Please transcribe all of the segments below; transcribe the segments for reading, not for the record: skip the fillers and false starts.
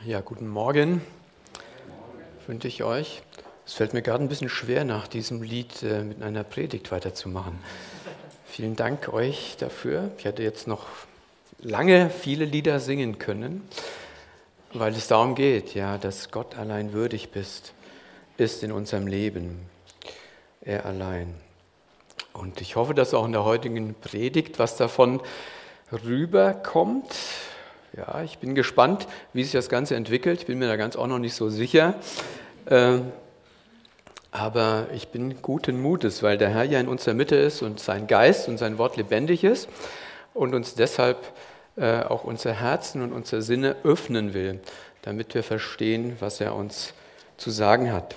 Ja, guten Morgen wünsche ich euch. Es fällt mir gerade ein bisschen schwer, nach diesem Lied mit einer Predigt weiterzumachen. Vielen Dank euch dafür. Ich hätte jetzt noch lange viele Lieder singen können, weil es darum geht, ja, dass Gott allein würdig ist in unserem Leben. Er allein. Und ich hoffe, dass auch in der heutigen Predigt was davon rüberkommt. Ja, ich bin gespannt, wie sich das Ganze entwickelt. Ich bin mir da ganz auch noch nicht so sicher. Aber ich bin guten Mutes, weil der Herr ja in unserer Mitte ist und sein Geist und sein Wort lebendig ist und uns deshalb auch unser Herzen und unsere Sinne öffnen will, damit wir verstehen, was er uns zu sagen hat.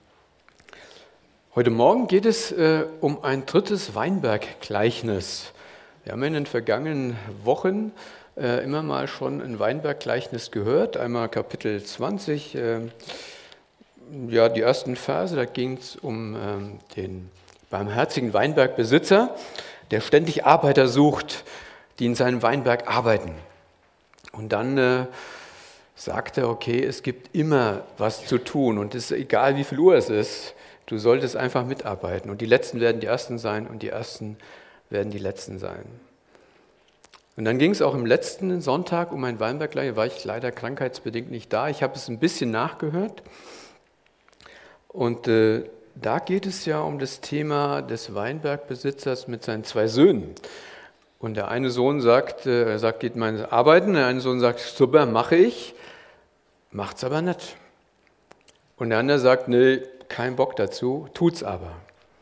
Heute Morgen geht es um ein drittes Weinberggleichnis. Wir haben in den vergangenen Wochen immer mal schon ein Weinberggleichnis gehört. Einmal Kapitel 20, ja, die ersten Verse, da ging es um den barmherzigen Weinbergbesitzer, der ständig Arbeiter sucht, die in seinem Weinberg arbeiten. Und dann sagt er, okay, es gibt immer was zu tun und es ist egal, wie viel Uhr es ist, du solltest einfach mitarbeiten. Und die Letzten werden die Ersten sein und die Ersten werden die Letzten sein. Und dann ging es auch im letzten Sonntag um ein Weinberggleichnis, war ich leider krankheitsbedingt nicht da. Ich habe es ein bisschen nachgehört. Und da geht es ja um das Thema des Weinbergbesitzers mit seinen zwei Söhnen. Und der eine Sohn sagt, geht mal arbeiten. Der eine Sohn sagt, super, mache ich, macht's aber nicht. Und der andere sagt, nee, kein Bock dazu, tut's aber.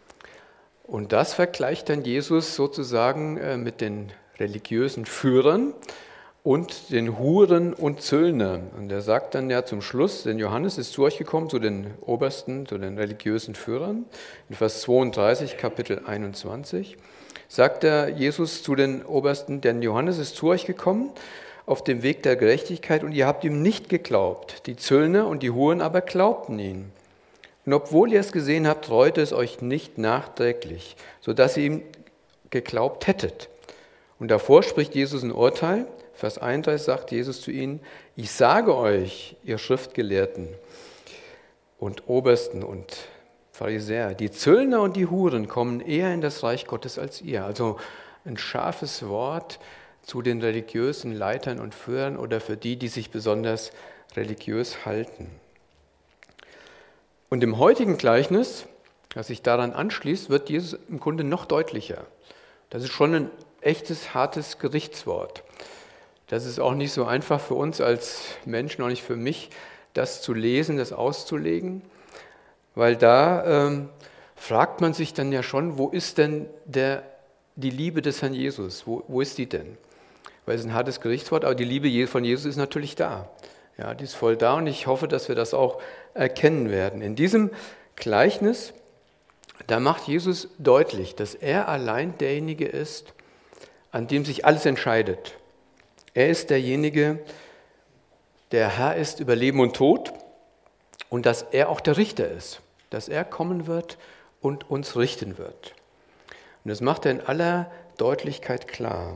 Und das vergleicht dann Jesus sozusagen mit den religiösen Führern und den Huren und Zöllnern. Und er sagt dann ja zum Schluss, denn Johannes ist zu euch gekommen, zu den Obersten, zu den religiösen Führern. In Vers 32, Kapitel 21, sagt er Jesus zu den Obersten, denn Johannes ist zu euch gekommen auf dem Weg der Gerechtigkeit und ihr habt ihm nicht geglaubt. Die Zöllner und die Huren aber glaubten ihn. Und obwohl ihr es gesehen habt, reute es euch nicht nachträglich, sodass ihr ihm geglaubt hättet. Und davor spricht Jesus ein Urteil. Vers 31 sagt Jesus zu ihnen, ich sage euch, ihr Schriftgelehrten und Obersten und Pharisäer, die Zöllner und die Huren kommen eher in das Reich Gottes als ihr. Also ein scharfes Wort zu den religiösen Leitern und Führern oder für die, die sich besonders religiös halten. Und im heutigen Gleichnis, das sich daran anschließt, wird Jesus im Grunde noch deutlicher. Das ist schon ein echtes, hartes Gerichtswort. Das ist auch nicht so einfach für uns als Menschen, auch nicht für mich, das zu lesen, das auszulegen, weil da fragt man sich dann ja schon, wo ist denn die Liebe des Herrn Jesus? Wo ist die denn? Weil es ist ein hartes Gerichtswort, aber die Liebe von Jesus ist natürlich da. Ja, die ist voll da und ich hoffe, dass wir das auch erkennen werden. In diesem Gleichnis, da macht Jesus deutlich, dass er allein derjenige ist, an dem sich alles entscheidet. Er ist derjenige, der Herr ist über Leben und Tod und dass er auch der Richter ist, dass er kommen wird und uns richten wird. Und das macht er in aller Deutlichkeit klar.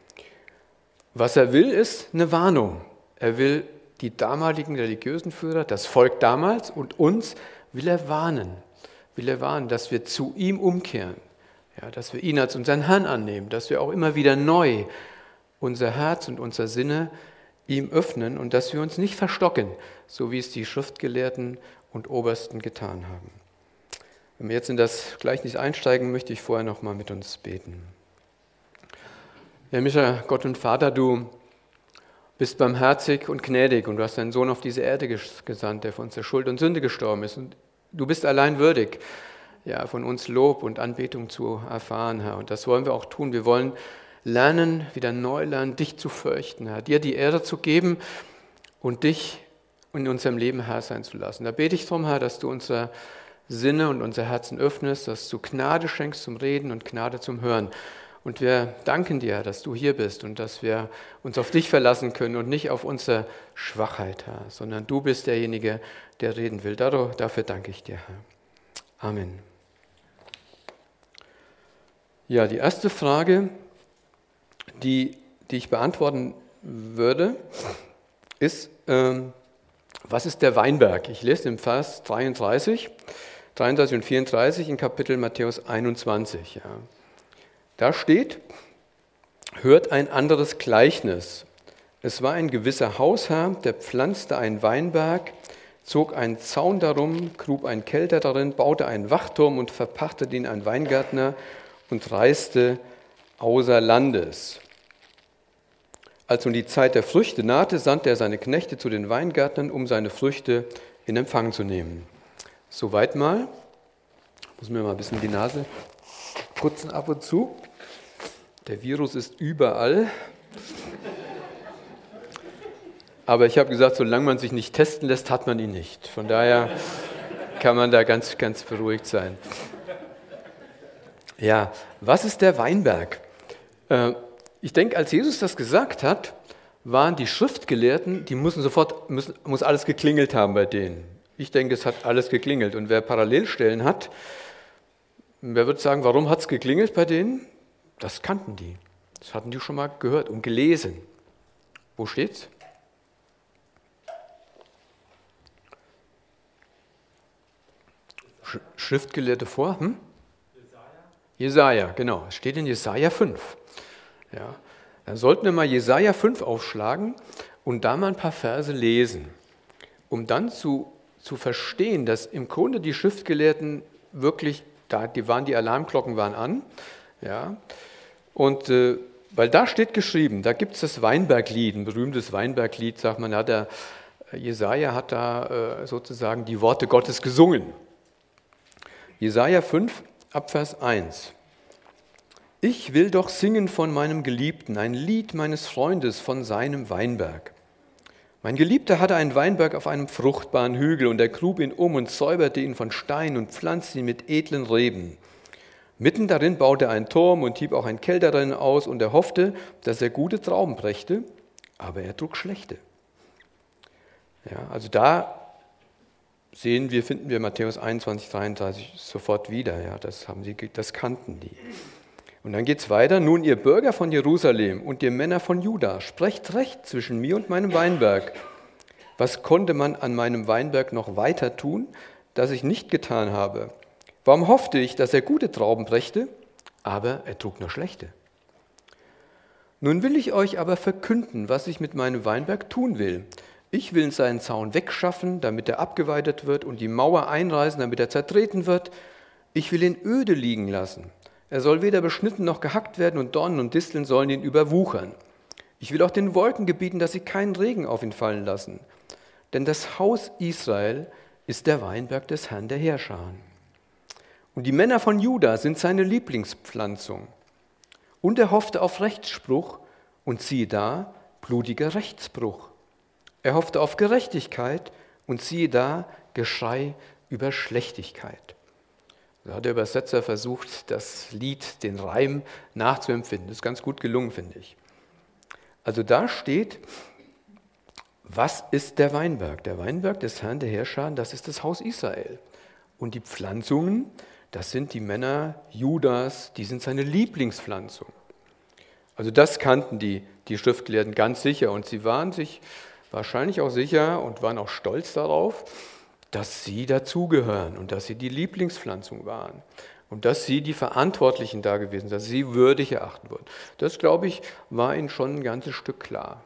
Was er will, ist eine Warnung. Er will die damaligen religiösen Führer, das Volk damals und uns will er warnen, dass wir zu ihm umkehren. Ja, dass wir ihn als unseren Herrn annehmen, dass wir auch immer wieder neu unser Herz und unsere Sinne ihm öffnen und dass wir uns nicht verstocken, so wie es die Schriftgelehrten und Obersten getan haben. Wenn wir jetzt in das Gleichnis einsteigen, möchte ich vorher noch mal mit uns beten. Ja, Micha, Gott und Vater, du bist barmherzig und gnädig und du hast deinen Sohn auf diese Erde gesandt, der für unsere Schuld und Sünde gestorben ist. Und du bist allein würdig, ja, von uns Lob und Anbetung zu erfahren, Herr. Und das wollen wir auch tun. Wir wollen lernen, wieder neu lernen, dich zu fürchten, Herr, dir die Ehre zu geben und dich in unserem Leben Herr sein zu lassen. Da bete ich darum, Herr, dass du unsere Sinne und unser Herzen öffnest, dass du Gnade schenkst zum Reden und Gnade zum Hören. Und wir danken dir, dass du hier bist und dass wir uns auf dich verlassen können und nicht auf unsere Schwachheit, Herr, sondern du bist derjenige, der reden will. Dafür danke ich dir, Herr. Amen. Ja, die erste Frage, die ich beantworten würde, ist, Was ist der Weinberg? Ich lese im Vers 33 und 34 in Kapitel Matthäus 21. Ja. Da steht, hört ein anderes Gleichnis. Es war ein gewisser Hausherr, der pflanzte einen Weinberg, zog einen Zaun darum, grub einen Kelter darin, baute einen Wachturm und verpachtete ihn an Weingärtner und reiste außer Landes. Als nun die Zeit der Früchte nahte, sandte er seine Knechte zu den Weingärtnern, um seine Früchte in Empfang zu nehmen. Soweit mal. Muss mir mal ein bisschen die Nase putzen ab und zu. Der Virus ist überall. Aber ich habe gesagt, solange man sich nicht testen lässt, hat man ihn nicht. Von daher kann man da ganz, ganz beruhigt sein. Ja, was ist der Weinberg? Ich denke, als Jesus das gesagt hat, waren die Schriftgelehrten, muss alles geklingelt haben bei denen. Ich denke, es hat alles geklingelt. Und wer Parallelstellen hat, wer wird sagen, warum hat es geklingelt bei denen? Das kannten die. Das hatten die schon mal gehört und gelesen. Wo steht's? Schriftgelehrte vor? Jesaja, genau. Es steht in Jesaja 5. Ja. Dann sollten wir mal Jesaja 5 aufschlagen und da mal ein paar Verse lesen, um dann zu verstehen, dass im Grunde die Schriftgelehrten wirklich, die Alarmglocken waren an. Ja. Und weil da steht geschrieben, da gibt es das Weinberglied, ein berühmtes Weinberglied, sagt man, Jesaja hat da sozusagen die Worte Gottes gesungen. Jesaja 5, Abvers 1. Ich will doch singen von meinem Geliebten, ein Lied meines Freundes von seinem Weinberg. Mein Geliebter hatte einen Weinberg auf einem fruchtbaren Hügel und er grub ihn um und säuberte ihn von Stein und pflanzte ihn mit edlen Reben. Mitten darin baute er einen Turm und hieb auch einen Kelter darin aus und er hoffte, dass er gute Trauben brächte, aber er trug schlechte. Ja, also da finden wir Matthäus 21, 33 sofort wieder. Ja, das kannten die. Und dann geht es weiter. Nun, ihr Bürger von Jerusalem und ihr Männer von Juda, sprecht recht zwischen mir und meinem Weinberg. Was konnte man an meinem Weinberg noch weiter tun, das ich nicht getan habe? Warum hoffte ich, dass er gute Trauben brächte, aber er trug nur schlechte? Nun will ich euch aber verkünden, was ich mit meinem Weinberg tun will. Ich will seinen Zaun wegschaffen, damit er abgeweidet wird und die Mauer einreißen, damit er zertreten wird. Ich will ihn öde liegen lassen. Er soll weder beschnitten noch gehackt werden und Dornen und Disteln sollen ihn überwuchern. Ich will auch den Wolken gebieten, dass sie keinen Regen auf ihn fallen lassen. Denn das Haus Israel ist der Weinberg des Herrn der Heerscharen. Und die Männer von Juda sind seine Lieblingspflanzung. Und er hoffte auf Rechtsspruch und siehe da, blutiger Rechtsbruch. Er hoffte auf Gerechtigkeit und siehe da, Geschrei über Schlechtigkeit. Da hat der Übersetzer versucht, das Lied, den Reim nachzuempfinden. Das ist ganz gut gelungen, finde ich. Also da steht, was ist der Weinberg? Der Weinberg des Herrn der Heerscharen, das ist das Haus Israel. Und die Pflanzungen, das sind die Männer Judas, die sind seine Lieblingspflanzung. Also das kannten die Schriftgelehrten ganz sicher und sie waren sich wahrscheinlich auch sicher und waren auch stolz darauf, dass sie dazugehören und dass sie die Lieblingspflanzung waren und dass sie die Verantwortlichen da gewesen sind, dass sie würdig erachtet wurden. Das, glaube ich, war ihnen schon ein ganzes Stück klar.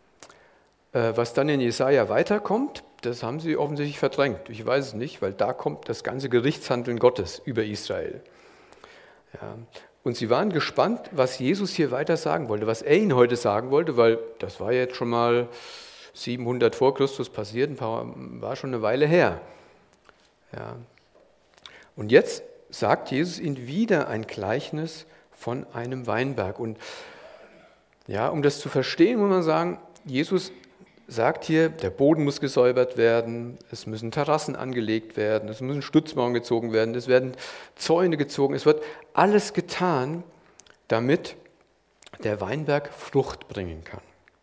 Was dann in Jesaja weiterkommt, das haben sie offensichtlich verdrängt. Ich weiß es nicht, weil da kommt das ganze Gerichtshandeln Gottes über Israel. Ja. Und sie waren gespannt, was Jesus hier weiter sagen wollte, was er ihnen heute sagen wollte, weil das war jetzt schon mal 700 vor Christus passiert, war schon eine Weile her. Ja. Und jetzt sagt Jesus ihnen wieder ein Gleichnis von einem Weinberg. Und ja, um das zu verstehen, muss man sagen, Jesus sagt hier, der Boden muss gesäubert werden, es müssen Terrassen angelegt werden, es müssen Stützmauern gezogen werden, es werden Zäune gezogen, es wird alles getan, damit der Weinberg Frucht bringen kann.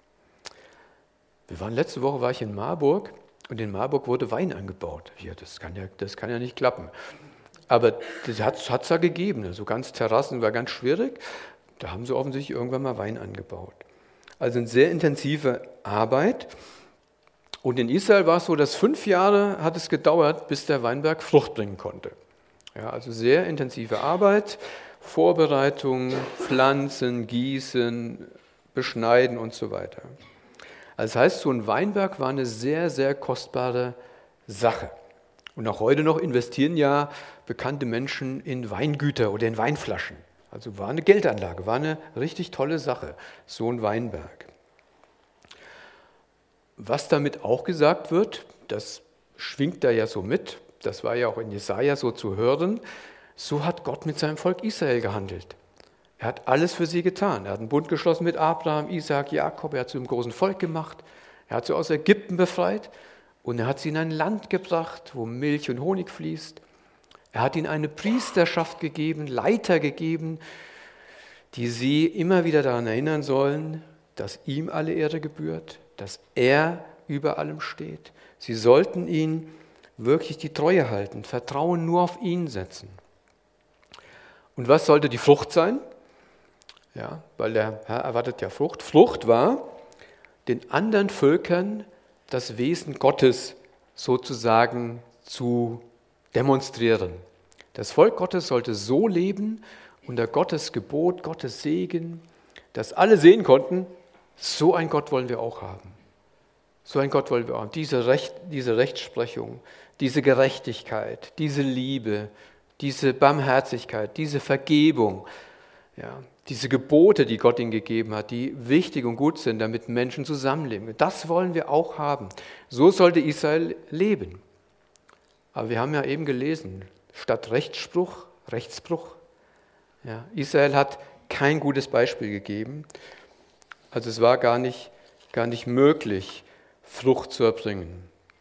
Letzte Woche war ich in Marburg und in Marburg wurde Wein angebaut. Ja, das kann ja nicht klappen. Aber das hat es da gegeben. Also ganz Terrassen war ganz schwierig. Da haben sie offensichtlich irgendwann mal Wein angebaut. Also eine sehr intensive Arbeit. Und in Israel war es so, dass 5 Jahre hat es gedauert, bis der Weinberg Frucht bringen konnte. Ja, also sehr intensive Arbeit, Vorbereitung, Pflanzen, Gießen, Beschneiden und so weiter. Also das heißt, so ein Weinberg war eine sehr, sehr kostbare Sache. Und auch heute noch investieren ja bekannte Menschen in Weingüter oder in Weinflaschen. Also war eine Geldanlage, war eine richtig tolle Sache, so ein Weinberg. Was damit auch gesagt wird, das schwingt da ja so mit, das war ja auch in Jesaja so zu hören, so hat Gott mit seinem Volk Israel gehandelt. Er hat alles für sie getan. Er hat einen Bund geschlossen mit Abraham, Isaak, Jakob, er hat sie zum großen Volk gemacht, er hat sie aus Ägypten befreit und er hat sie in ein Land gebracht, wo Milch und Honig fließt. Er hat ihnen eine Priesterschaft gegeben, Leiter gegeben, die sie immer wieder daran erinnern sollen, dass ihm alle Ehre gebührt, dass er über allem steht. Sie sollten ihn wirklich die Treue halten, Vertrauen nur auf ihn setzen. Und was sollte die Frucht sein? Ja, weil der Herr erwartet ja Frucht. Frucht war, den anderen Völkern das Wesen Gottes sozusagen zu demonstrieren. Das Volk Gottes sollte so leben, unter Gottes Gebot, Gottes Segen, dass alle sehen konnten, so ein Gott wollen wir auch haben. So ein Gott wollen wir auch haben. Diese Rechtsprechung, diese Gerechtigkeit, diese Liebe, diese Barmherzigkeit, diese Vergebung, ja, diese Gebote, die Gott ihnen gegeben hat, die wichtig und gut sind, damit Menschen zusammenleben. Das wollen wir auch haben. So sollte Israel leben. Aber wir haben ja eben gelesen, statt Rechtsspruch, Rechtsbruch. Ja, Israel hat kein gutes Beispiel gegeben. Also es war gar nicht möglich, Frucht zu erbringen.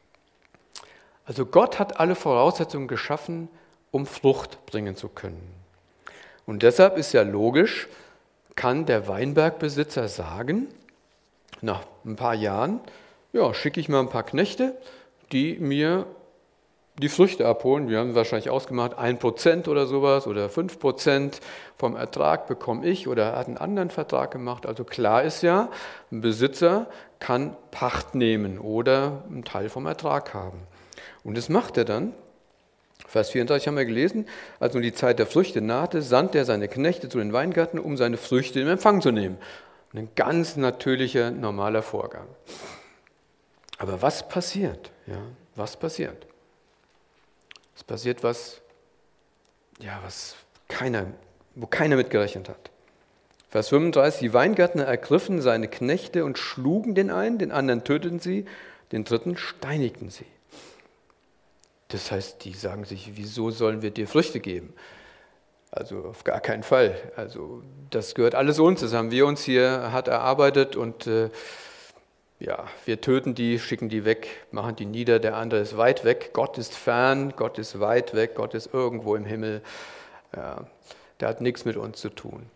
Also Gott hat alle Voraussetzungen geschaffen, um Frucht bringen zu können. Und deshalb ist ja logisch, kann der Weinbergbesitzer sagen, nach ein paar Jahren, ja, schicke ich mal ein paar Knechte, die mir die Früchte abholen. Wir haben wahrscheinlich ausgemacht, 1% oder sowas oder 5% vom Ertrag bekomme ich, oder er hat einen anderen Vertrag gemacht. Also klar ist ja, ein Besitzer kann Pacht nehmen oder einen Teil vom Ertrag haben. Und das macht er dann. Vers 34 haben wir gelesen, als nun die Zeit der Früchte nahte, sandte er seine Knechte zu den Weingärten, um seine Früchte in Empfang zu nehmen. Ein ganz natürlicher, normaler Vorgang. Aber was passiert? Ja, was passiert? Es passiert was, ja, wo keiner mit gerechnet hat. Vers 35, die Weingärtner ergriffen seine Knechte und schlugen den einen, den anderen töteten sie, den dritten steinigten sie. Das heißt, die sagen sich, wieso sollen wir dir Früchte geben? Also auf gar keinen Fall. Also das gehört alles uns, das haben wir uns hier hart erarbeitet und ja, wir töten die, schicken die weg, machen die nieder, der andere ist weit weg. Gott ist fern, Gott ist weit weg, Gott ist irgendwo im Himmel. Ja, der hat nichts mit uns zu tun.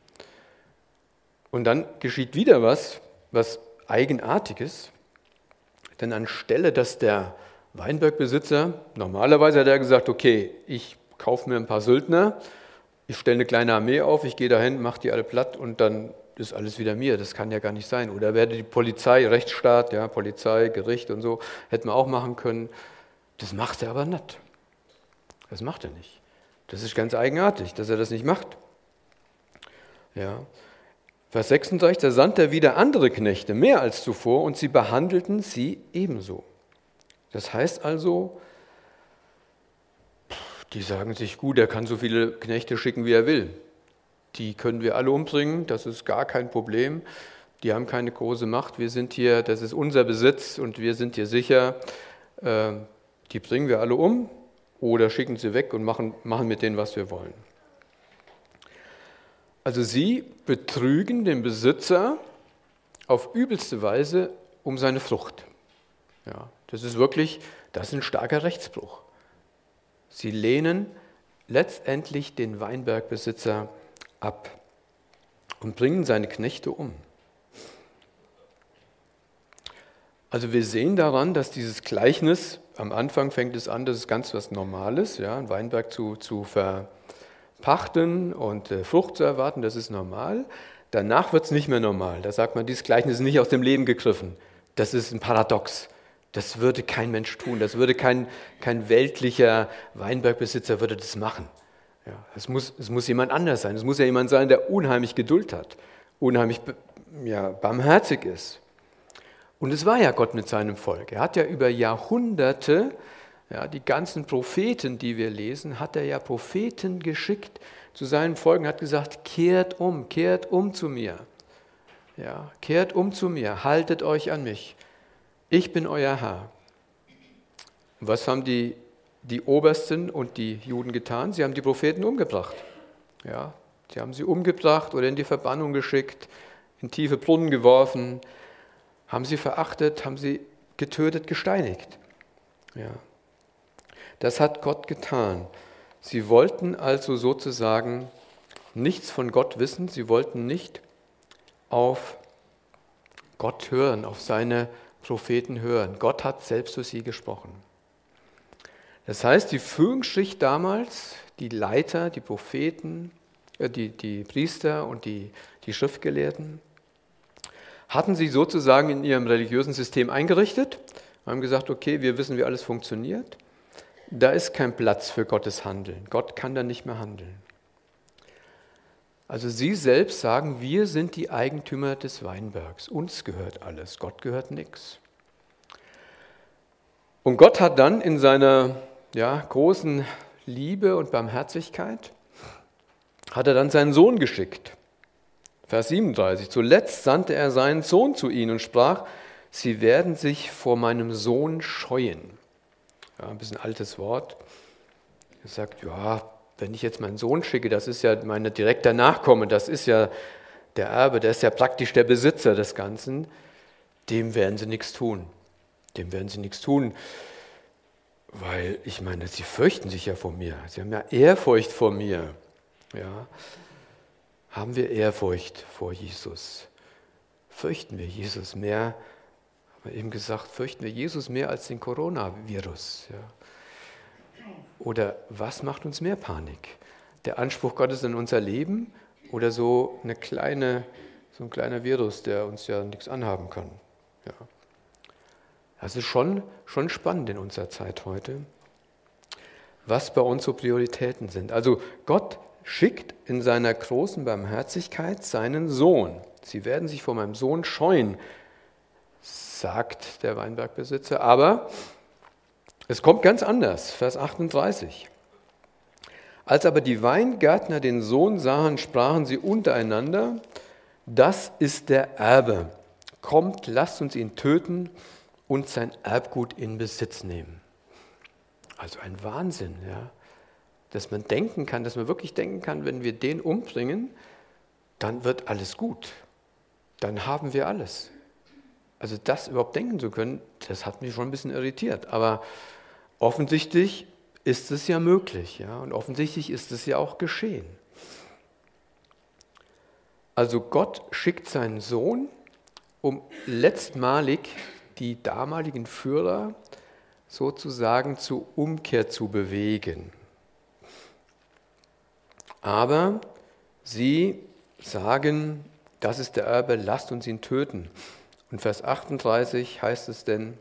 Und dann geschieht wieder was Eigenartiges. Denn anstelle, dass der Weinbergbesitzer, normalerweise hat er gesagt, okay, ich kaufe mir ein paar Söldner, ich stelle eine kleine Armee auf, ich gehe dahin, mache die alle platt und dann ist alles wieder mir. Das kann ja gar nicht sein. Oder werde die Polizei, Rechtsstaat, ja, Polizei, Gericht und so, hätten wir auch machen können. Das macht er aber nicht. Das macht er nicht. Das ist ganz eigenartig, dass er das nicht macht. Ja. Vers 36, da sandte er wieder andere Knechte, mehr als zuvor, und sie behandelten sie ebenso. Das heißt also, die sagen sich, gut, er kann so viele Knechte schicken, wie er will. Die können wir alle umbringen, das ist gar kein Problem. Die haben keine große Macht, wir sind hier, das ist unser Besitz und wir sind hier sicher. Die bringen wir alle um oder schicken sie weg und machen mit denen, was wir wollen. Also sie betrügen den Besitzer auf übelste Weise um seine Frucht. Ja, das ist ein starker Rechtsbruch. Sie lehnen letztendlich den Weinbergbesitzer ab und bringen seine Knechte um. Also wir sehen daran, dass dieses Gleichnis, am Anfang fängt es an, das ist ganz was Normales, ja, einen Weinberg zu verpachten und Frucht zu erwarten, das ist normal. Danach wird es nicht mehr normal. Da sagt man, dieses Gleichnis ist nicht aus dem Leben gegriffen. Das ist ein Paradox. Das würde kein Mensch tun, das würde kein weltlicher Weinbergbesitzer würde das machen. Ja, es muss jemand anders sein, es muss ja jemand sein, der unheimlich Geduld hat, unheimlich barmherzig ist. Und es war ja Gott mit seinem Volk. Er hat ja über Jahrhunderte, die ganzen Propheten, die wir lesen, hat er ja Propheten geschickt zu seinen Volken, hat gesagt, kehrt um zu mir. Ja, kehrt um zu mir, haltet euch an mich. Ich bin euer Herr. Und was haben die Obersten und die Juden getan? Sie haben die Propheten umgebracht. Ja, sie haben sie umgebracht oder in die Verbannung geschickt, in tiefe Brunnen geworfen, haben sie verachtet, haben sie getötet, gesteinigt. Ja. Das hat Gott getan. Sie wollten also sozusagen nichts von Gott wissen, sie wollten nicht auf Gott hören, auf seine Propheten hören. Gott hat selbst zu sie gesprochen. Das heißt, die Führungsschicht damals, die Leiter, die Propheten, die Priester und die Schriftgelehrten, hatten sie sozusagen in ihrem religiösen System eingerichtet, haben gesagt, okay, wir wissen, wie alles funktioniert. Da ist kein Platz für Gottes Handeln. Gott kann da nicht mehr handeln. Also sie selbst sagen, wir sind die Eigentümer des Weinbergs. Uns gehört alles, Gott gehört nichts. Und Gott hat dann in seiner großen Liebe und Barmherzigkeit, hat er dann seinen Sohn geschickt. Vers 37, zuletzt sandte er seinen Sohn zu ihnen und sprach, sie werden sich vor meinem Sohn scheuen. Ja, ein bisschen altes Wort. Er sagt, wenn ich jetzt meinen Sohn schicke, das ist ja mein direkter Nachkomme, das ist ja der Erbe, der ist ja praktisch der Besitzer des Ganzen, dem werden sie nichts tun. Dem werden sie nichts tun, weil ich meine, sie fürchten sich ja vor mir, sie haben ja Ehrfurcht vor mir. Ja. Haben wir Ehrfurcht vor Jesus? Fürchten wir Jesus mehr, haben wir eben gesagt, fürchten wir Jesus mehr als den Coronavirus? Ja. Oder was macht uns mehr Panik? Der Anspruch Gottes in unser Leben oder so ein kleiner Virus, der uns ja nichts anhaben kann? Ja. Das ist schon spannend in unserer Zeit heute, was bei uns so Prioritäten sind. Also Gott schickt in seiner großen Barmherzigkeit seinen Sohn. Sie werden sich vor meinem Sohn scheuen, sagt der Weinbergbesitzer, aber es kommt ganz anders, Vers 38. Als aber die Weingärtner den Sohn sahen, sprachen sie untereinander, das ist der Erbe. Kommt, lasst uns ihn töten und sein Erbgut in Besitz nehmen. Also ein Wahnsinn, ja, dass man wirklich denken kann, wenn wir den umbringen, dann wird alles gut. Dann haben wir alles. Also das überhaupt denken zu können, das hat mich schon ein bisschen irritiert. Aber offensichtlich ist es ja möglich, ja, und offensichtlich ist es ja auch geschehen. Also Gott schickt seinen Sohn, um letztmalig die damaligen Führer sozusagen zur Umkehr zu bewegen. Aber sie sagen, das ist der Erbe, lasst uns ihn töten. Und Vers 38 heißt es denn,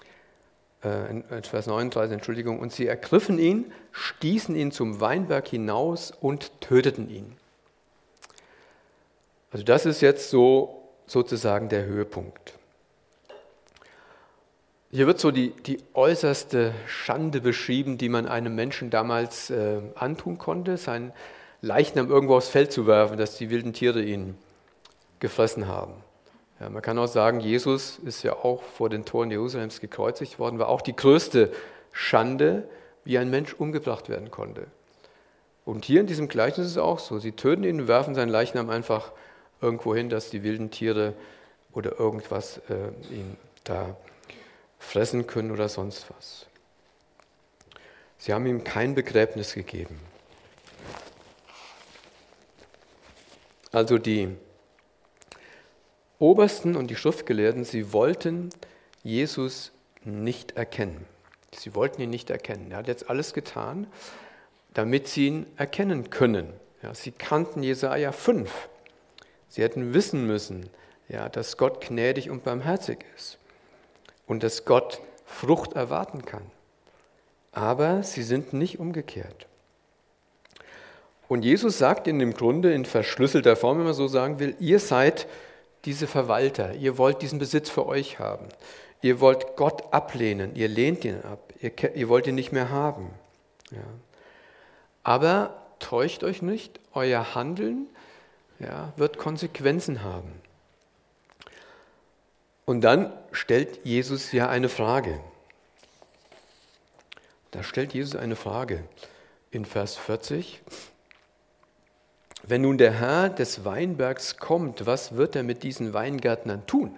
Vers 39, Entschuldigung, und sie ergriffen ihn, stießen ihn zum Weinberg hinaus und töteten ihn. Also das ist jetzt sozusagen der Höhepunkt. Hier wird so die äußerste Schande beschrieben, die man einem Menschen damals antun konnte, seinen Leichnam irgendwo aufs Feld zu werfen, dass die wilden Tiere ihn gefressen haben. Ja, man kann auch sagen, Jesus ist ja auch vor den Toren Jerusalems gekreuzigt worden, war auch die größte Schande, wie ein Mensch umgebracht werden konnte. Und hier in diesem Gleichnis ist es auch so, sie töten ihn und werfen seinen Leichnam einfach irgendwo hin, dass die wilden Tiere oder irgendwas ihn da fressen können oder sonst was. Sie haben ihm kein Begräbnis gegeben. Also die Obersten und die Schriftgelehrten, sie wollten Jesus nicht erkennen. Sie wollten ihn nicht erkennen. Er hat jetzt alles getan, damit sie ihn erkennen können. Ja, sie kannten Jesaja 5. Sie hätten wissen müssen, dass Gott gnädig und barmherzig ist und dass Gott Frucht erwarten kann. Aber sie sind nicht umgekehrt. Und Jesus sagt ihnen im Grunde in verschlüsselter Form, wenn man so sagen will, ihr seid diese Verwalter, ihr wollt diesen Besitz für euch haben. Ihr wollt Gott ablehnen, ihr lehnt ihn ab, ihr wollt ihn nicht mehr haben. Ja. Aber täuscht euch nicht, euer Handeln wird Konsequenzen haben. Und dann stellt Jesus ja eine Frage. Da stellt Jesus eine Frage in Vers 40. Wenn nun der Herr des Weinbergs kommt, was wird er mit diesen Weingärtnern tun?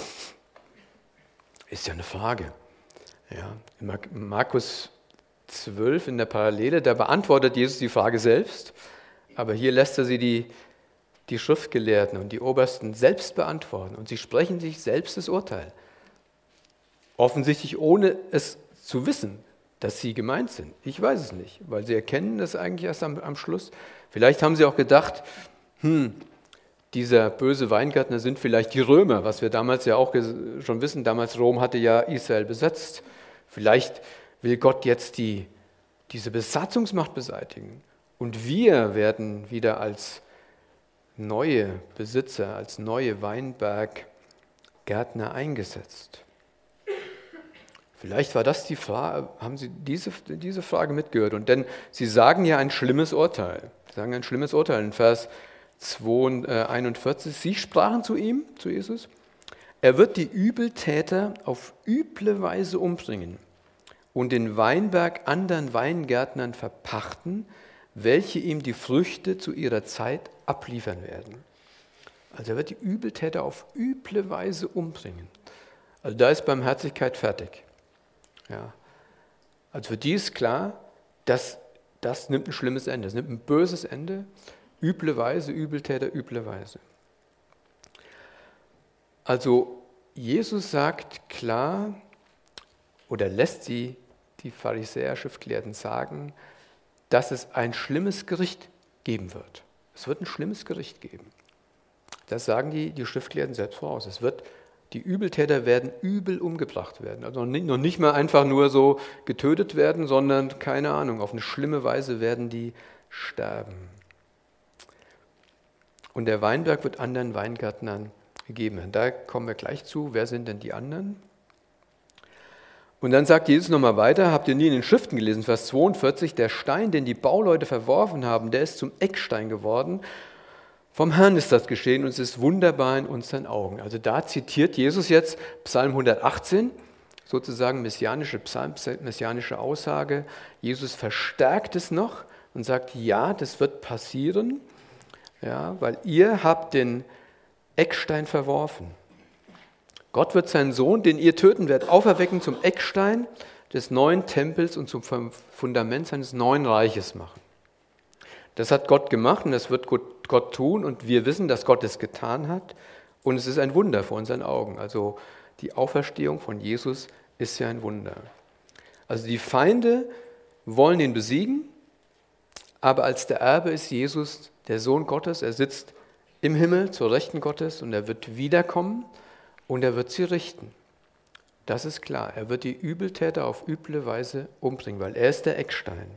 Ist ja eine Frage. Ja, in Markus 12 in der Parallele, da beantwortet Jesus die Frage selbst, aber hier lässt er sie die Schriftgelehrten und die Obersten selbst beantworten und sie sprechen sich selbst das Urteil. Offensichtlich ohne es zu wissen, dass sie gemeint sind. Ich weiß es nicht, weil sie erkennen das eigentlich erst am Schluss. Vielleicht haben sie auch gedacht, dieser böse Weingärtner sind vielleicht die Römer, was wir damals ja auch schon wissen. Damals Rom hatte ja Israel besetzt. Vielleicht will Gott jetzt diese Besatzungsmacht beseitigen. Und wir werden wieder als neue Besitzer, als neue Weinberggärtner eingesetzt. Vielleicht war das die Frage, haben Sie diese Frage mitgehört? Und denn Sie sagen ja ein schlimmes Urteil. Sie sagen ein schlimmes Urteil in Vers 41. Sie sprachen zu ihm, zu Jesus, er wird die Übeltäter auf üble Weise umbringen und den Weinberg anderen Weingärtnern verpachten, welche ihm die Früchte zu ihrer Zeit abliefern werden. Also er wird die Übeltäter auf üble Weise umbringen. Also da ist Barmherzigkeit fertig. Ja. Also für die ist klar, dass das nimmt ein schlimmes Ende, es nimmt ein böses Ende, üble Weise, Übeltäter, üble Weise. Also Jesus sagt klar oder lässt die Pharisäer, Schriftgelehrten sagen, dass es ein schlimmes Gericht geben wird. Es wird ein schlimmes Gericht geben. Das sagen die Schriftgelehrten selbst voraus. Die Übeltäter werden übel umgebracht werden. Also noch nicht mal einfach nur so getötet werden, sondern, keine Ahnung, auf eine schlimme Weise werden die sterben. Und der Weinberg wird anderen Weingärtnern gegeben werden. Da kommen wir gleich zu. Wer sind denn die anderen? Und dann sagt Jesus nochmal weiter, habt ihr nie in den Schriften gelesen, Vers 42, der Stein, den die Bauleute verworfen haben, der ist zum Eckstein geworden. Vom Herrn ist das geschehen und es ist wunderbar in unseren Augen. Also da zitiert Jesus jetzt Psalm 118, sozusagen messianische Aussage. Jesus verstärkt es noch und sagt, ja, das wird passieren, ja, weil ihr habt den Eckstein verworfen. Gott wird seinen Sohn, den ihr töten werdet, auferwecken zum Eckstein des neuen Tempels und zum Fundament seines neuen Reiches machen. Das hat Gott gemacht und das wird Gott tun und wir wissen, dass Gott es getan hat und es ist ein Wunder vor unseren Augen. Also die Auferstehung von Jesus ist ja ein Wunder. Also die Feinde wollen ihn besiegen, aber als der Erbe ist Jesus der Sohn Gottes. Er sitzt im Himmel zur Rechten Gottes und er wird wiederkommen und er wird sie richten. Das ist klar. Er wird die Übeltäter auf üble Weise umbringen, weil er ist der Eckstein.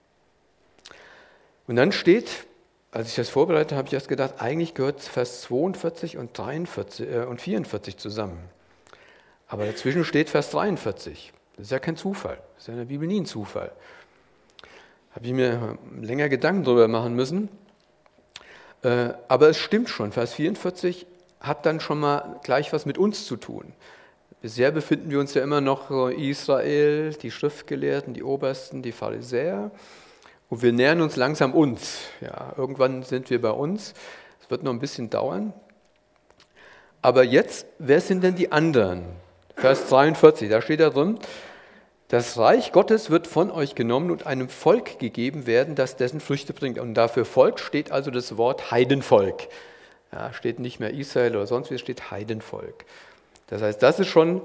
Und dann steht, als ich das vorbereitet habe, habe ich erst gedacht, eigentlich gehört Vers 42 und 44 zusammen. Aber dazwischen steht Vers 43. Das ist ja kein Zufall. Das ist ja in der Bibel nie ein Zufall. Habe ich mir länger Gedanken darüber machen müssen. Aber es stimmt schon, Vers 44 hat dann schon mal gleich was mit uns zu tun. Bisher befinden wir uns ja immer noch Israel, die Schriftgelehrten, die Obersten, die Pharisäer. Und wir nähern uns langsam uns. Ja, irgendwann sind wir bei uns. Es wird noch ein bisschen dauern. Aber jetzt, wer sind denn die anderen? Vers 43, da steht da drin, das Reich Gottes wird von euch genommen und einem Volk gegeben werden, das dessen Früchte bringt. Und dafür Volk steht also das Wort Heidenvolk. Ja, steht nicht mehr Israel oder sonst wie, es steht Heidenvolk. Das heißt, das ist schon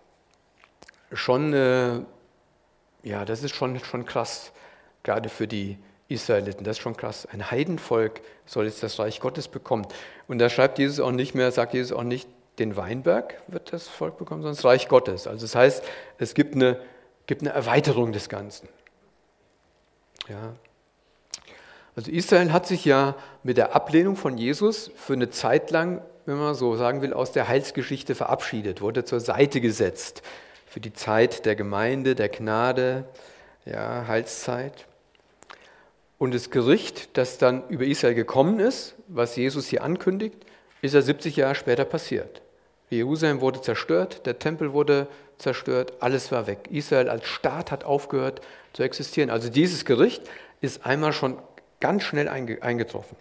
krass. Gerade für die Israeliten, das ist schon krass. Ein Heidenvolk soll jetzt das Reich Gottes bekommen. Und da sagt Jesus auch nicht, den Weinberg wird das Volk bekommen, sondern das Reich Gottes. Also das heißt, es gibt eine Erweiterung des Ganzen. Ja. Also Israel hat sich ja mit der Ablehnung von Jesus für eine Zeit lang, wenn man so sagen will, aus der Heilsgeschichte verabschiedet, wurde zur Seite gesetzt für die Zeit der Gemeinde, der Gnade, ja, Heilszeit. Und das Gericht, das dann über Israel gekommen ist, was Jesus hier ankündigt, ist ja 70 Jahre später passiert. Jerusalem wurde zerstört, der Tempel wurde zerstört, alles war weg. Israel als Staat hat aufgehört zu existieren. Also dieses Gericht ist einmal schon ganz schnell eingetroffen.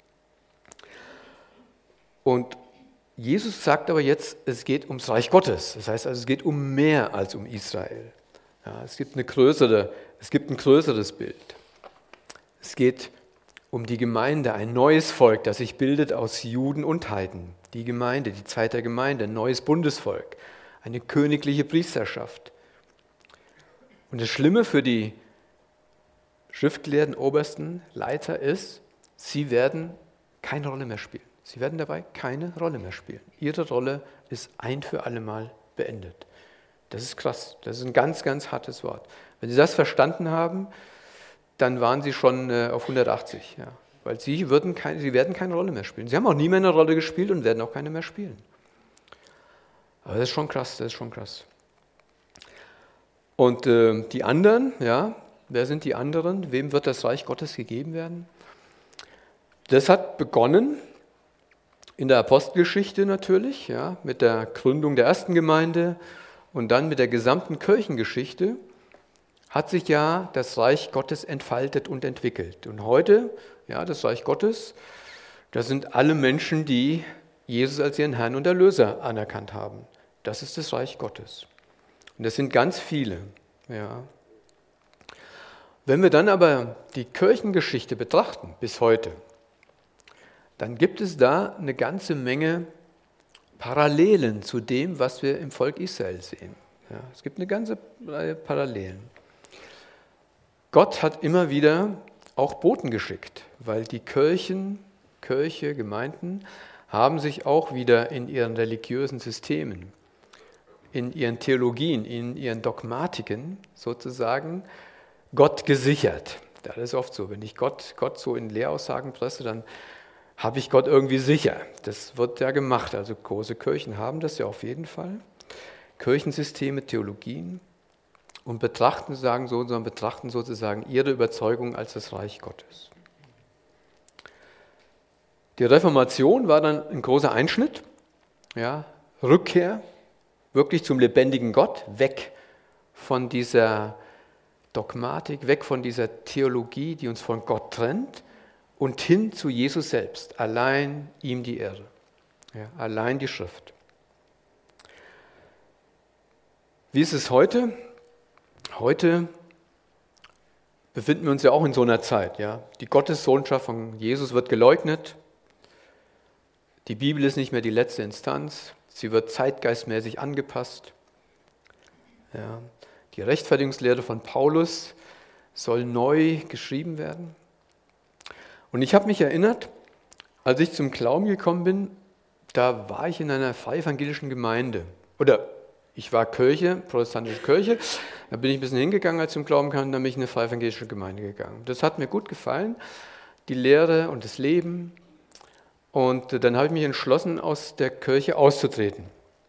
Und Jesus sagt aber jetzt, es geht ums Reich Gottes. Das heißt also, es geht um mehr als um Israel. Ja, es gibt ein größeres Bild. Es geht um die Gemeinde, ein neues Volk, das sich bildet aus Juden und Heiden. Die Gemeinde, die Zeit der Gemeinde, ein neues Bundesvolk, eine königliche Priesterschaft. Und das Schlimme für die schriftgelehrten obersten Leiter ist, sie werden keine Rolle mehr spielen. Sie werden dabei keine Rolle mehr spielen. Ihre Rolle ist ein für alle Mal beendet. Das ist krass. Das ist ein ganz, ganz hartes Wort. Wenn Sie das verstanden haben, dann waren Sie schon auf 180. Ja. Weil Sie werden keine Rolle mehr spielen. Sie haben auch nie mehr eine Rolle gespielt und werden auch keine mehr spielen. Aber das ist schon krass, Und die anderen, ja, wer sind die anderen? Wem wird das Reich Gottes gegeben werden? Das hat begonnen in der Apostelgeschichte natürlich, ja, mit der Gründung der ersten Gemeinde und dann mit der gesamten Kirchengeschichte hat sich ja das Reich Gottes entfaltet und entwickelt. Und heute, ja, das Reich Gottes, das sind alle Menschen, die Jesus als ihren Herrn und Erlöser anerkannt haben. Das ist das Reich Gottes. Und das sind ganz viele, ja. Wenn wir dann aber die Kirchengeschichte betrachten, bis heute, dann gibt es da eine ganze Menge Parallelen zu dem, was wir im Volk Israel sehen. Ja, es gibt eine ganze Reihe Parallelen. Gott hat immer wieder auch Boten geschickt, weil die Gemeinden haben sich auch wieder in ihren religiösen Systemen, in ihren Theologien, in ihren Dogmatiken sozusagen Gott gesichert. Das ist oft so, wenn ich Gott so in Lehraussagen presse, dann habe ich Gott irgendwie sicher. Das wird ja gemacht. Also große Kirchen haben das ja auf jeden Fall. Kirchensysteme, Theologien und betrachten sozusagen ihre Überzeugung als das Reich Gottes. Die Reformation war dann ein großer Einschnitt, ja, Rückkehr wirklich zum lebendigen Gott, weg von dieser Dogmatik, weg von dieser Theologie, die uns von Gott trennt, und hin zu Jesus selbst, allein ihm die Ehre, ja, allein die Schrift. Wie ist es heute? Heute befinden wir uns ja auch in so einer Zeit. Ja. Die Gottessohnschaft von Jesus wird geleugnet. Die Bibel ist nicht mehr die letzte Instanz. Sie wird zeitgeistmäßig angepasst. Ja. Die Rechtfertigungslehre von Paulus soll neu geschrieben werden. Und ich habe mich erinnert, als ich zum Glauben gekommen bin, da war ich in einer freievangelischen Gemeinde. Oder ich war Kirche, protestantische Kirche. Da bin ich ein bisschen hingegangen, als ich zum Glauben kam, dann bin ich in eine freievangelische Gemeinde gegangen. Das hat mir gut gefallen, die Lehre und das Leben. Und dann habe ich mich entschlossen, aus der Kirche auszutreten.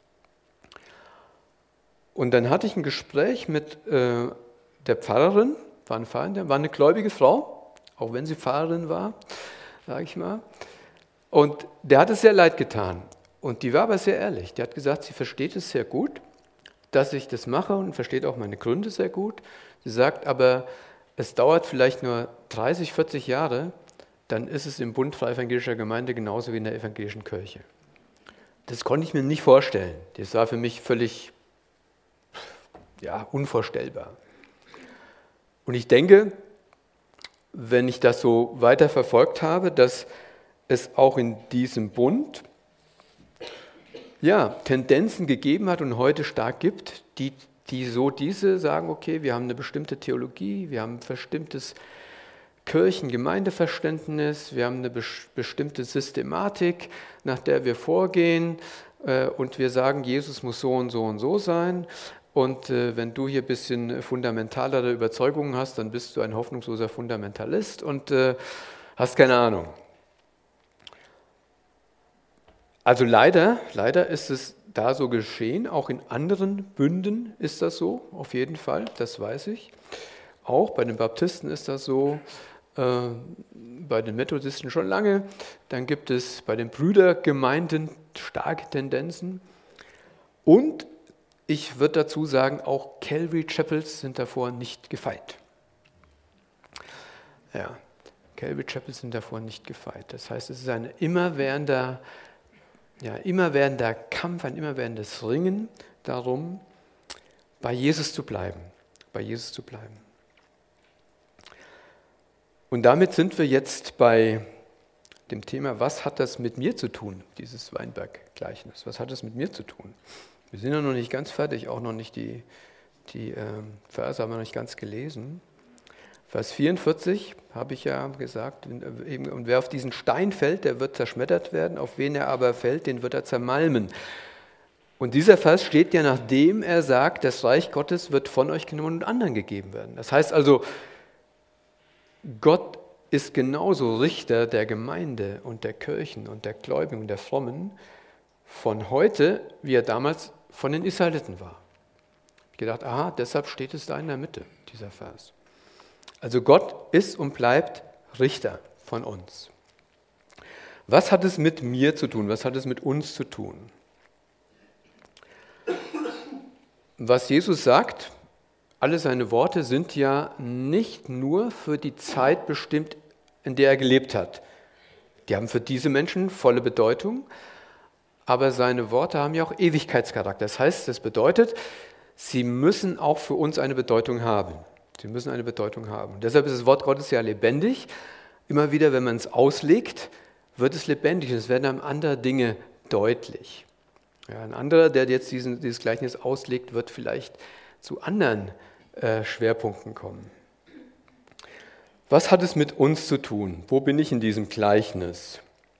Und dann hatte ich ein Gespräch mit der Pfarrerin, war eine gläubige Frau, auch wenn sie Pfarrerin war, sage ich mal. Und der hat es sehr leid getan. Und die war aber sehr ehrlich. Die hat gesagt, sie versteht es sehr gut, dass ich das mache und versteht auch meine Gründe sehr gut. Sie sagt aber, es dauert vielleicht nur 30, 40 Jahre, dann ist es im Bund freievangelischer Gemeinde genauso wie in der evangelischen Kirche. Das konnte ich mir nicht vorstellen. Das war für mich völlig unvorstellbar. Und ich denke, wenn ich das so weiter verfolgt habe, dass es auch in diesem Bund Tendenzen gegeben hat und heute stark gibt, die diese sagen, okay, wir haben eine bestimmte Theologie, wir haben ein bestimmtes Kirchen-Gemeindeverständnis, wir haben eine bestimmte Systematik, nach der wir vorgehen und wir sagen, Jesus muss so und so und so sein. Und wenn du hier ein bisschen fundamentalere Überzeugungen hast, dann bist du ein hoffnungsloser Fundamentalist und hast keine Ahnung. Also leider ist es da so geschehen, auch in anderen Bünden ist das so, auf jeden Fall, das weiß ich. Auch bei den Baptisten ist das so, bei den Methodisten schon lange. Dann gibt es bei den Brüdergemeinden starke Tendenzen. Und ich würde dazu sagen, auch Calvary Chapels sind davor nicht gefeit. Ja, Calvary Chapels sind davor nicht gefeit. Das heißt, es ist ein immerwährender Kampf, ein immerwährendes Ringen darum, bei Jesus zu bleiben. Bei Jesus zu bleiben. Und damit sind wir jetzt bei dem Thema, was hat das mit mir zu tun, dieses Weinberg-Gleichnis? Was hat das mit mir zu tun? Wir sind ja noch nicht ganz fertig, auch noch nicht die Verse haben wir noch nicht ganz gelesen. Vers 44 habe ich ja gesagt, und wer auf diesen Stein fällt, der wird zerschmettert werden, auf wen er aber fällt, den wird er zermalmen. Und dieser Vers steht ja, nachdem er sagt, das Reich Gottes wird von euch genommen und anderen gegeben werden. Das heißt also, Gott ist genauso Richter der Gemeinde und der Kirchen und der Gläubigen und der Frommen von heute, wie er damals von den Israeliten war. Ich habe gedacht, aha, deshalb steht es da in der Mitte, dieser Vers. Also Gott ist und bleibt Richter von uns. Was hat es mit mir zu tun? Was hat es mit uns zu tun? Was Jesus sagt, alle seine Worte sind ja nicht nur für die Zeit bestimmt, in der er gelebt hat. Die haben für diese Menschen volle Bedeutung, aber seine Worte haben ja auch Ewigkeitscharakter. Das bedeutet, sie müssen auch für uns eine Bedeutung haben. Sie müssen eine Bedeutung haben. Und deshalb ist das Wort Gottes ja lebendig. Immer wieder, wenn man es auslegt, wird es lebendig und es werden einem andere Dinge deutlich. Ja, ein anderer, der jetzt dieses Gleichnis auslegt, wird vielleicht zu anderen Schwerpunkten kommen. Was hat es mit uns zu tun? Wo bin ich in diesem Gleichnis?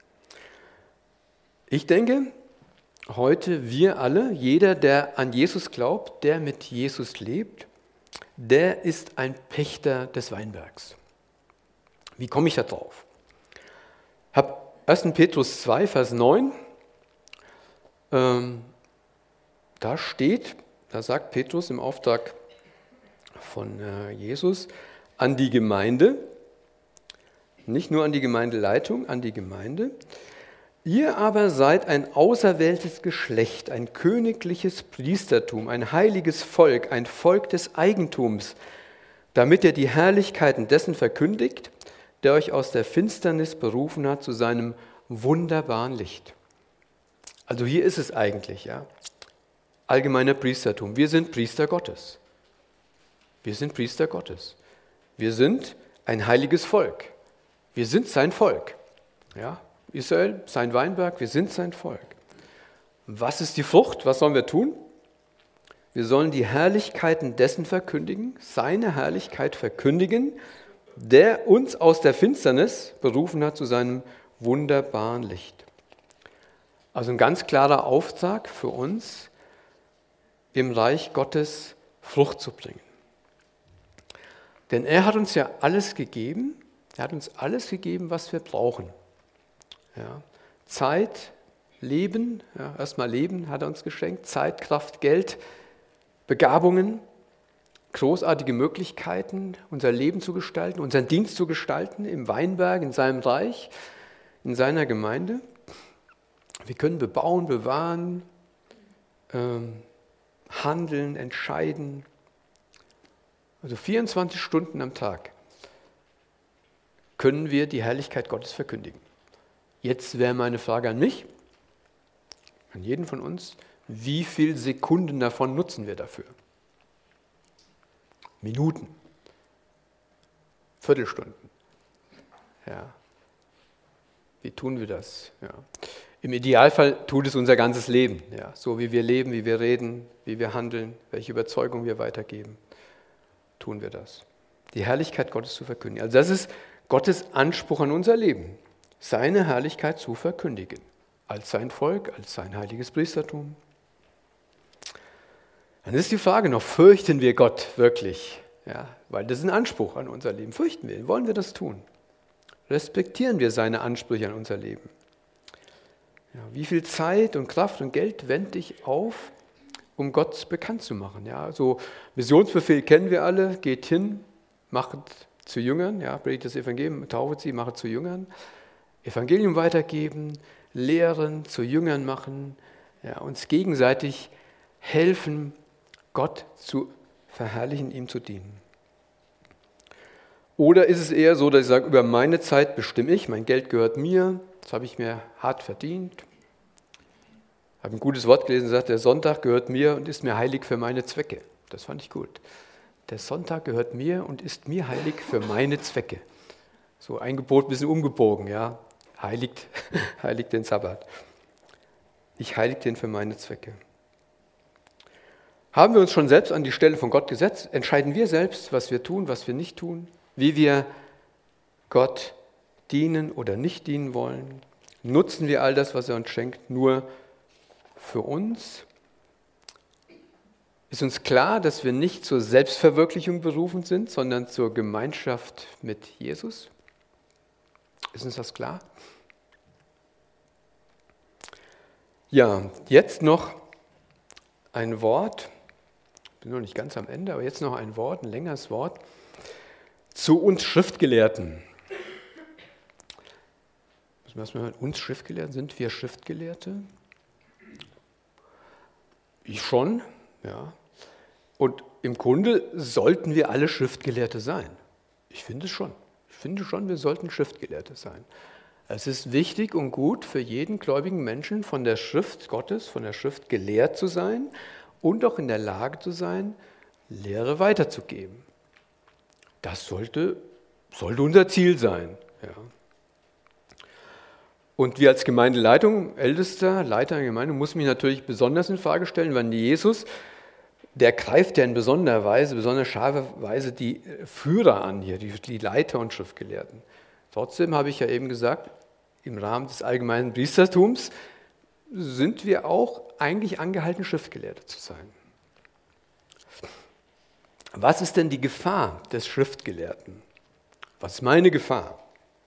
Ich denke, heute wir alle, jeder, der an Jesus glaubt, der mit Jesus lebt, der ist ein Pächter des Weinbergs. Wie komme ich da drauf? Ich habe 1. Petrus 2, Vers 9. Da sagt Petrus im Auftrag von Jesus an die Gemeinde, nicht nur an die Gemeindeleitung, an die Gemeinde. Ihr aber seid ein auserwähltes Geschlecht, ein königliches Priestertum, ein heiliges Volk, ein Volk des Eigentums, damit ihr die Herrlichkeiten dessen verkündigt, der euch aus der Finsternis berufen hat zu seinem wunderbaren Licht. Also hier ist es eigentlich, ja, allgemeiner Priestertum. Wir sind Priester Gottes. Wir sind Priester Gottes. Wir sind ein heiliges Volk. Wir sind sein Volk. Ja, Israel, sein Weinberg, wir sind sein Volk. Was ist die Frucht? Was sollen wir tun? Wir sollen die Herrlichkeiten dessen verkündigen, seine Herrlichkeit verkündigen, der uns aus der Finsternis berufen hat zu seinem wunderbaren Licht. Also ein ganz klarer Auftrag für uns, im Reich Gottes Frucht zu bringen. Denn er hat uns ja alles gegeben, was wir brauchen. Ja, Zeit, Leben, ja, erstmal Leben hat er uns geschenkt, Zeit, Kraft, Geld, Begabungen, großartige Möglichkeiten, unser Leben zu gestalten, unseren Dienst zu gestalten im Weinberg, in seinem Reich, in seiner Gemeinde. Wir können bebauen, bewahren, handeln, entscheiden. Also 24 Stunden am Tag können wir die Herrlichkeit Gottes verkündigen. Jetzt wäre meine Frage an mich, an jeden von uns, wie viele Sekunden davon nutzen wir dafür? Minuten, Viertelstunden. Ja. Wie tun wir das? Ja. Im Idealfall tut es unser ganzes Leben. Ja. So wie wir leben, wie wir reden, wie wir handeln, welche Überzeugung wir weitergeben, tun wir das. Die Herrlichkeit Gottes zu verkündigen. Also das ist Gottes Anspruch an unser Leben, seine Herrlichkeit zu verkündigen. als sein Volk, als sein heiliges Priestertum. Dann ist die Frage noch, fürchten wir Gott wirklich? Ja, weil das ist ein Anspruch an unser Leben. Fürchten wir ihn? Wollen wir das tun? Respektieren wir seine Ansprüche an unser Leben? Ja, wie viel Zeit und Kraft und Geld wende ich auf, um Gott bekannt zu machen? Ja, so Missionsbefehl kennen wir alle, geht hin, macht zu Jüngern, ja, predigt das Evangelium, tauft sie, macht zu Jüngern, Evangelium weitergeben, lehren, zu Jüngern machen, ja, uns gegenseitig helfen, Gott zu verherrlichen, ihm zu dienen. Oder ist es eher so, dass ich sage, über meine Zeit bestimme ich, mein Geld gehört mir, das habe ich mir hart verdient. Ich habe ein gutes Wort gelesen, sagt, der Sonntag gehört mir und ist mir heilig für meine Zwecke. Das fand ich gut. Der Sonntag gehört mir und ist mir heilig für meine Zwecke. So ein Gebot, ein bisschen umgebogen, ja. Heiligt den Sabbat. Ich heilige den für meine Zwecke. Haben wir uns schon selbst an die Stelle von Gott gesetzt? Entscheiden wir selbst, was wir tun, was wir nicht tun? Wie wir Gott dienen oder nicht dienen wollen? Nutzen wir all das, was er uns schenkt, nur für uns? Ist uns klar, dass wir nicht zur Selbstverwirklichung berufen sind, sondern zur Gemeinschaft mit Jesus? Ist uns das klar? Ja, jetzt noch ein Wort. Ich bin noch nicht ganz am Ende, aber jetzt noch ein Wort, ein längeres Wort zu uns Schriftgelehrten. Was wir hören, uns Schriftgelehrten, sind wir Schriftgelehrte? Ich schon, ja. Und im Grunde sollten wir alle Schriftgelehrte sein. Ich finde schon. Ich finde schon, wir sollten Schriftgelehrte sein. Es ist wichtig und gut für jeden gläubigen Menschen, von der Schrift Gottes, von der Schrift gelehrt zu sein und auch in der Lage zu sein, Lehre weiterzugeben. Das sollte unser Ziel sein. Ja. Und wir als Gemeindeleitung, Ältester, Leiter der Gemeinde, muss mich natürlich besonders in Frage stellen, weil Jesus, der greift ja in besonderer Weise, besonders scharfer Weise die Führer an hier, die Leiter und Schriftgelehrten. Trotzdem habe ich ja eben gesagt, im Rahmen des allgemeinen Priestertums sind wir auch eigentlich angehalten, Schriftgelehrte zu sein. Was ist denn die Gefahr des Schriftgelehrten? Was ist meine Gefahr?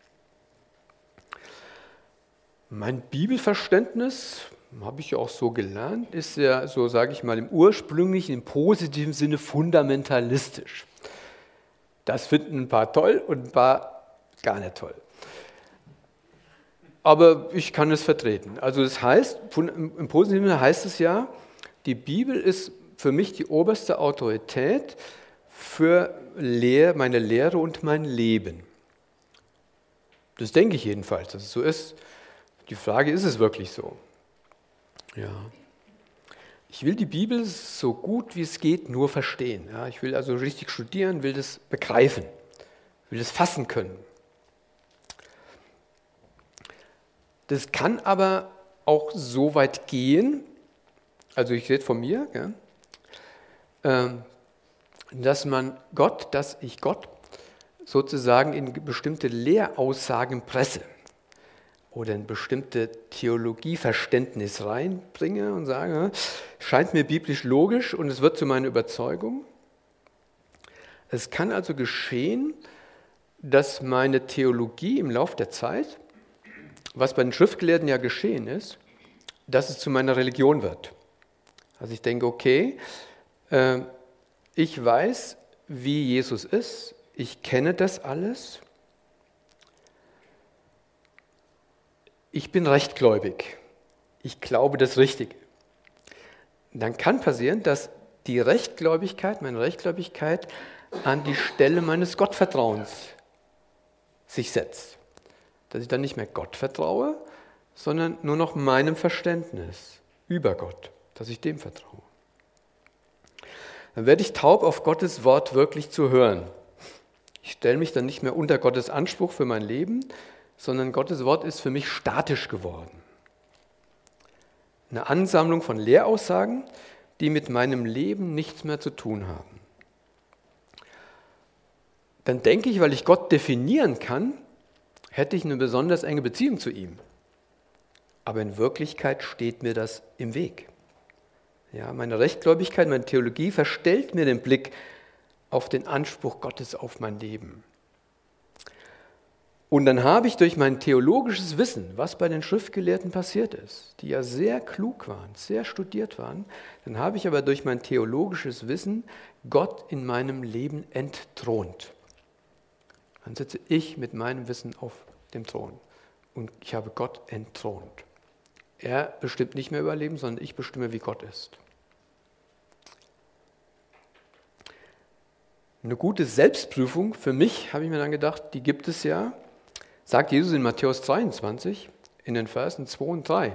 Mein Bibelverständnis, habe ich ja auch so gelernt, ist ja so, sage ich mal, im ursprünglichen, im positiven Sinne fundamentalistisch. Das finden ein paar toll und ein paar gar nicht toll. Aber ich kann es vertreten. Also das heißt, im positiven Sinne heißt es ja, die Bibel ist für mich die oberste Autorität für meine Lehre und mein Leben. Das denke ich jedenfalls, dass es so ist. Die Frage, ist es wirklich so? Ja. Ich will die Bibel so gut wie es geht nur verstehen. Ja, ich will also richtig studieren, will das begreifen, will das fassen können. Das kann aber auch so weit gehen, also ich rede von mir, ja, dass ich Gott sozusagen in bestimmte Lehraussagen presse oder in bestimmte Theologieverständnis reinbringe und sage, scheint mir biblisch logisch und es wird zu meiner Überzeugung. Es kann also geschehen, dass meine Theologie im Laufe der Zeit, was bei den Schriftgelehrten ja geschehen ist, dass es zu meiner Religion wird. Also ich denke, okay, ich weiß, wie Jesus ist, ich kenne das alles, ich bin rechtgläubig, ich glaube das Richtige. Dann kann passieren, dass meine Rechtgläubigkeit an die Stelle meines Gottvertrauens sich setzt. Dass ich dann nicht mehr Gott vertraue, sondern nur noch meinem Verständnis über Gott, dass ich dem vertraue. Dann werde ich taub, auf Gottes Wort wirklich zu hören. Ich stelle mich dann nicht mehr unter Gottes Anspruch für mein Leben, sondern Gottes Wort ist für mich statisch geworden. Eine Ansammlung von Lehraussagen, die mit meinem Leben nichts mehr zu tun haben. Dann denke ich, weil ich Gott definieren kann, hätte ich eine besonders enge Beziehung zu ihm. aber in Wirklichkeit steht mir das im Weg. Ja, meine Rechtgläubigkeit, meine Theologie verstellt mir den Blick auf den Anspruch Gottes auf mein Leben. Und dann habe ich durch mein theologisches Wissen, was bei den Schriftgelehrten passiert ist, die ja sehr klug waren, sehr studiert waren, dann habe ich aber durch mein theologisches Wissen Gott in meinem Leben entthront. Dann sitze ich mit meinem Wissen auf dem Thron und ich habe Gott entthront. Er bestimmt nicht mehr über Leben, sondern ich bestimme, wie Gott ist. Eine gute Selbstprüfung für mich, habe ich mir dann gedacht, die gibt es ja, sagt Jesus in Matthäus 23, in den Versen 2 und 3.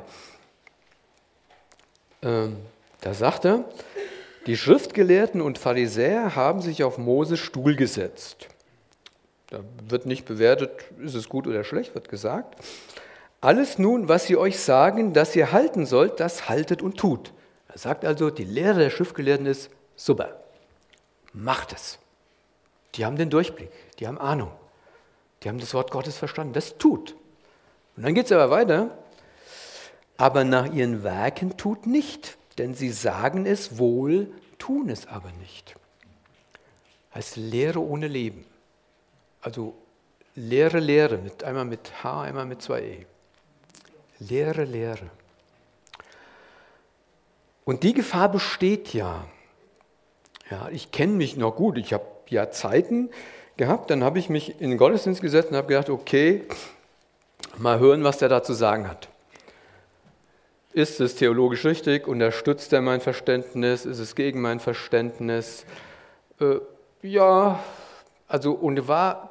Da sagt er, die Schriftgelehrten und Pharisäer haben sich auf Moses Stuhl gesetzt. Da wird nicht bewertet, ist es gut oder schlecht, wird gesagt. Alles nun, was sie euch sagen, dass ihr halten sollt, das haltet und tut. Er sagt also, die Lehre der Schriftgelehrten ist super, macht es. Die haben den Durchblick, die haben Ahnung, die haben das Wort Gottes verstanden, das tut. Und dann geht es aber weiter, aber nach ihren Werken tut nicht, denn sie sagen es wohl, tun es aber nicht. Heißt Lehre ohne Leben. Also Lehre, einmal mit H, einmal mit 2 E. Lehre. Und die Gefahr besteht ja. Ja, ich kenne mich noch gut, ich habe ja Zeiten gehabt, dann habe ich mich in den Gottesdienst gesetzt und habe gedacht, okay, mal hören, was der da zu sagen hat. Ist es theologisch richtig? Unterstützt er mein Verständnis? Ist es gegen mein Verständnis? Und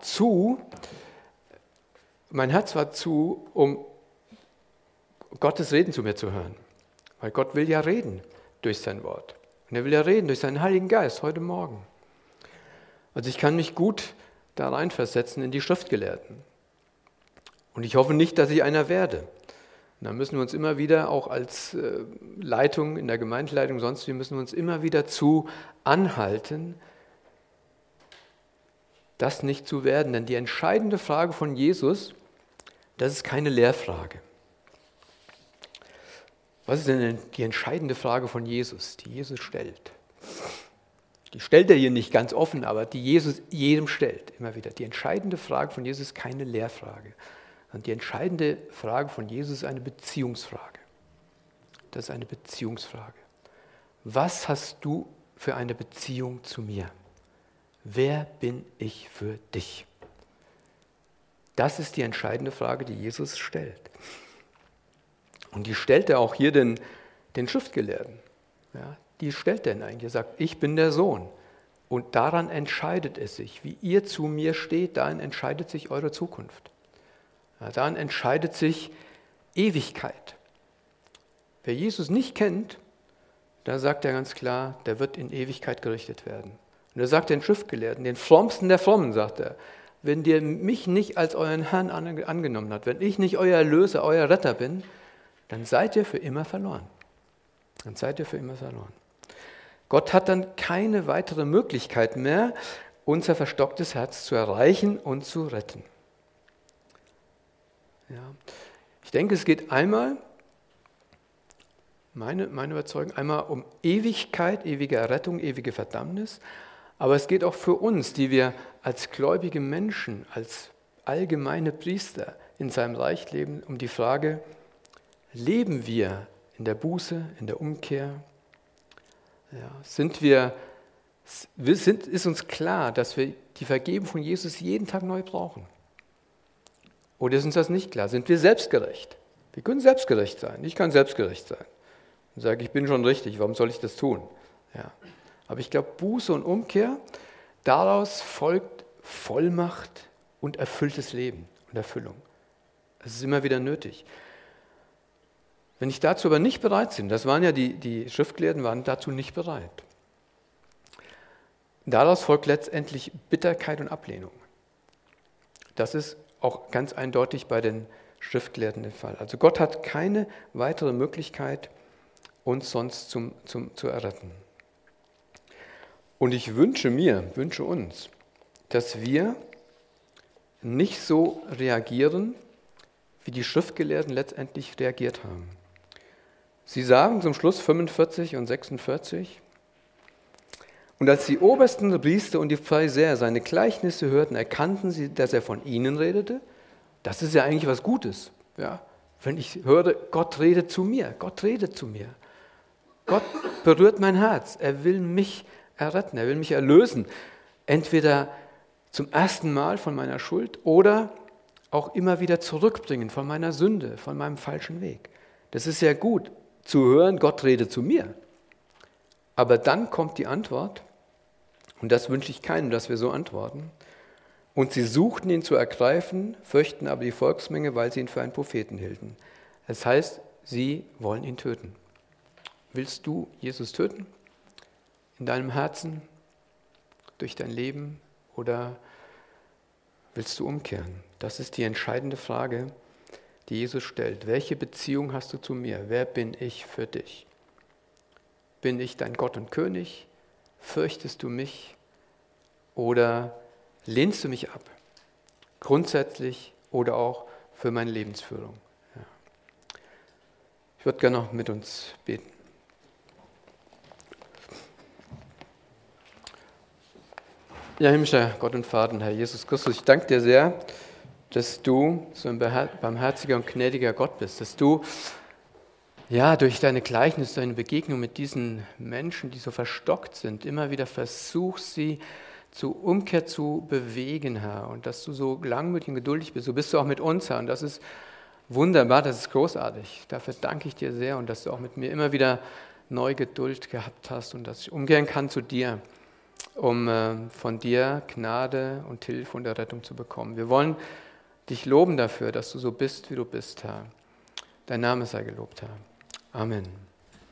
mein Herz war zu, um Gottes Reden zu mir zu hören. Weil Gott will ja reden durch sein Wort. Und er will ja reden durch seinen Heiligen Geist heute Morgen. Also ich kann mich gut da reinversetzen in die Schriftgelehrten. Und ich hoffe nicht, dass ich einer werde. Und da müssen wir uns immer wieder, auch als Leitung, in der Gemeindeleitung sonst, wir müssen uns immer wieder zu anhalten, das nicht zu werden. Denn die entscheidende Frage von Jesus, das ist keine Lehrfrage. Was ist denn die entscheidende Frage von Jesus, die Jesus stellt? Die stellt er hier nicht ganz offen, aber die Jesus jedem stellt, immer wieder. Die entscheidende Frage von Jesus ist keine Lehrfrage. Und die entscheidende Frage von Jesus ist eine Beziehungsfrage. Das ist eine Beziehungsfrage. Was hast du für eine Beziehung zu mir? Wer bin ich für dich? Das ist die entscheidende Frage, die Jesus stellt. Und die stellt er auch hier den Schriftgelehrten. Ja, die stellt er eigentlich. Er sagt, ich bin der Sohn. Und daran entscheidet es sich. Wie ihr zu mir steht, daran entscheidet sich eure Zukunft. Ja, daran entscheidet sich Ewigkeit. Wer Jesus nicht kennt, da sagt er ganz klar, der wird in Ewigkeit gerichtet werden. Und er sagt den Schriftgelehrten, den Frommsten der Frommen, sagt er, wenn ihr mich nicht als euren Herrn angenommen habt, wenn ich nicht euer Erlöser, euer Retter bin, dann seid ihr für immer verloren. Dann seid ihr für immer verloren. Gott hat dann keine weitere Möglichkeit mehr, unser verstocktes Herz zu erreichen und zu retten. Ja. Ich denke, es geht einmal, meine Überzeugung, einmal um Ewigkeit, ewige Errettung, ewige Verdammnis, aber es geht auch für uns, die wir als gläubige Menschen, als allgemeine Priester in seinem Reich leben, um die Frage, leben wir in der Buße, in der Umkehr? Ja, ist uns klar, dass wir die Vergebung von Jesus jeden Tag neu brauchen? Oder ist uns das nicht klar? Sind wir selbstgerecht? Wir können selbstgerecht sein. Ich kann selbstgerecht sein. Und sage, ich bin schon richtig, warum soll ich das tun? Ja. Aber ich glaube, Buße und Umkehr, daraus folgt Vollmacht und erfülltes Leben und Erfüllung. Das ist immer wieder nötig. Wenn ich dazu aber nicht bereit bin, das waren ja die Schriftgelehrten, waren dazu nicht bereit. Daraus folgt letztendlich Bitterkeit und Ablehnung. Das ist auch ganz eindeutig bei den Schriftgelehrten der Fall. Also Gott hat keine weitere Möglichkeit, uns sonst zu erretten. Und ich wünsche uns, dass wir nicht so reagieren wie die Schriftgelehrten letztendlich reagiert haben. Sie sagen zum Schluss 45 und 46, und als die obersten Priester und die Pharisäer seine Gleichnisse hörten, erkannten sie, dass er von ihnen redete. Das ist ja eigentlich was Gutes. Ja? Wenn ich höre, Gott redet zu mir, Gott redet zu mir. Gott berührt mein Herz. Er will mich erretten, er will mich erlösen. Entweder zum ersten Mal von meiner Schuld oder auch immer wieder zurückbringen von meiner Sünde, von meinem falschen Weg. Das ist ja gut zu hören, Gott redet zu mir. Aber dann kommt die Antwort, und das wünsche ich keinem, dass wir so antworten. Und sie suchten ihn zu ergreifen, fürchten aber die Volksmenge, weil sie ihn für einen Propheten hielten. Das heißt, sie wollen ihn töten. Willst du Jesus töten? In deinem Herzen, durch dein Leben, oder willst du umkehren? Das ist die entscheidende Frage, die Jesus stellt. Welche Beziehung hast du zu mir? Wer bin ich für dich? Bin ich dein Gott und König? Fürchtest du mich oder lehnst du mich ab? Grundsätzlich oder auch für meine Lebensführung. Ja. Ich würde gerne noch mit uns beten. Ja, himmlischer Gott und Vater, Herr Jesus Christus, ich danke dir sehr, dass du so ein barmherziger und gnädiger Gott bist, dass du ja, durch deine Gleichnisse, deine Begegnung mit diesen Menschen, die so verstockt sind, immer wieder versuchst, sie zur Umkehr zu bewegen, Herr. Und dass du so langmütig und geduldig bist. So bist du auch mit uns, Herr. Und das ist wunderbar, das ist großartig. Dafür danke ich dir sehr und dass du auch mit mir immer wieder neue Geduld gehabt hast und dass ich umkehren kann zu dir, um von dir Gnade und Hilfe und Errettung zu bekommen. Wir wollen dich loben dafür, dass du so bist, wie du bist, Herr. Dein Name sei gelobt, Herr. Amen.